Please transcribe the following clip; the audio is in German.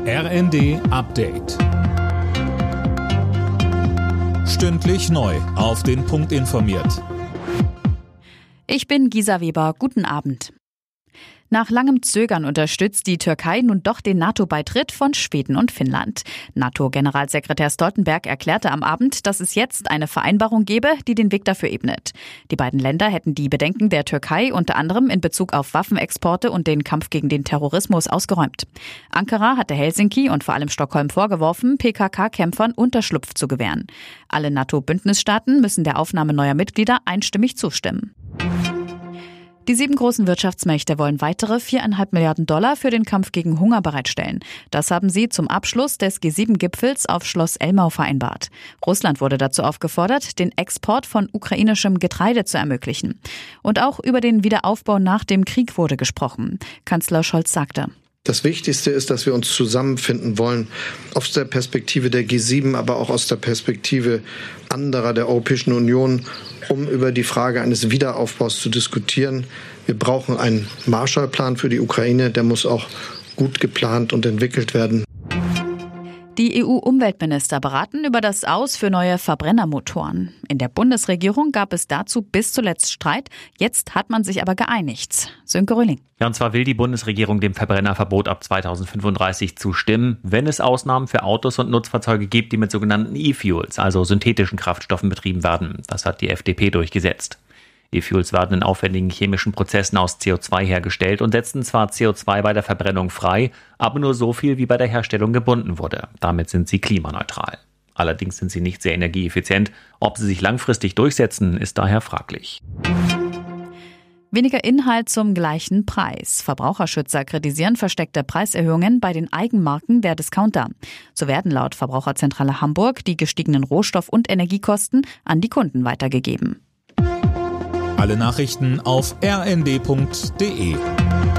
RND Update. Stündlich neu auf den Punkt informiert. Ich bin Gisa Weber. Guten Abend. Nach langem Zögern unterstützt die Türkei nun doch den NATO-Beitritt von Schweden und Finnland. NATO-Generalsekretär Stoltenberg erklärte am Abend, dass es jetzt eine Vereinbarung gebe, die den Weg dafür ebnet. Die beiden Länder hätten die Bedenken der Türkei unter anderem in Bezug auf Waffenexporte und den Kampf gegen den Terrorismus ausgeräumt. Ankara hatte Helsinki und vor allem Stockholm vorgeworfen, PKK-Kämpfern Unterschlupf zu gewähren. Alle NATO-Bündnisstaaten müssen der Aufnahme neuer Mitglieder einstimmig zustimmen. Die 7 großen Wirtschaftsmächte wollen weitere $4,5 Milliarden für den Kampf gegen Hunger bereitstellen. Das haben sie zum Abschluss des G7-Gipfels auf Schloss Elmau vereinbart. Russland wurde dazu aufgefordert, den Export von ukrainischem Getreide zu ermöglichen. Und auch über den Wiederaufbau nach dem Krieg wurde gesprochen. Kanzler Scholz sagte: Das Wichtigste ist, dass wir uns zusammenfinden wollen, aus der Perspektive der G7, aber auch aus der Perspektive anderer der Europäischen Union, um über die Frage eines Wiederaufbaus zu diskutieren. Wir brauchen einen Marshallplan für die Ukraine, der muss auch gut geplant und entwickelt werden. Die EU-Umweltminister beraten über das Aus für neue Verbrennermotoren. In der Bundesregierung gab es dazu bis zuletzt Streit. Jetzt hat man sich aber geeinigt. Sönke Röhling. Ja, und zwar will die Bundesregierung dem Verbrennerverbot ab 2035 zustimmen, wenn es Ausnahmen für Autos und Nutzfahrzeuge gibt, die mit sogenannten E-Fuels, also synthetischen Kraftstoffen, betrieben werden. Das hat die FDP durchgesetzt. E-Fuels werden in aufwendigen chemischen Prozessen aus CO2 hergestellt und setzen zwar CO2 bei der Verbrennung frei, aber nur so viel, wie bei der Herstellung gebunden wurde. Damit sind sie klimaneutral. Allerdings sind sie nicht sehr energieeffizient. Ob sie sich langfristig durchsetzen, ist daher fraglich. Weniger Inhalt zum gleichen Preis. Verbraucherschützer kritisieren versteckte Preiserhöhungen bei den Eigenmarken der Discounter. So werden laut Verbraucherzentrale Hamburg die gestiegenen Rohstoff- und Energiekosten an die Kunden weitergegeben. Alle Nachrichten auf rnd.de.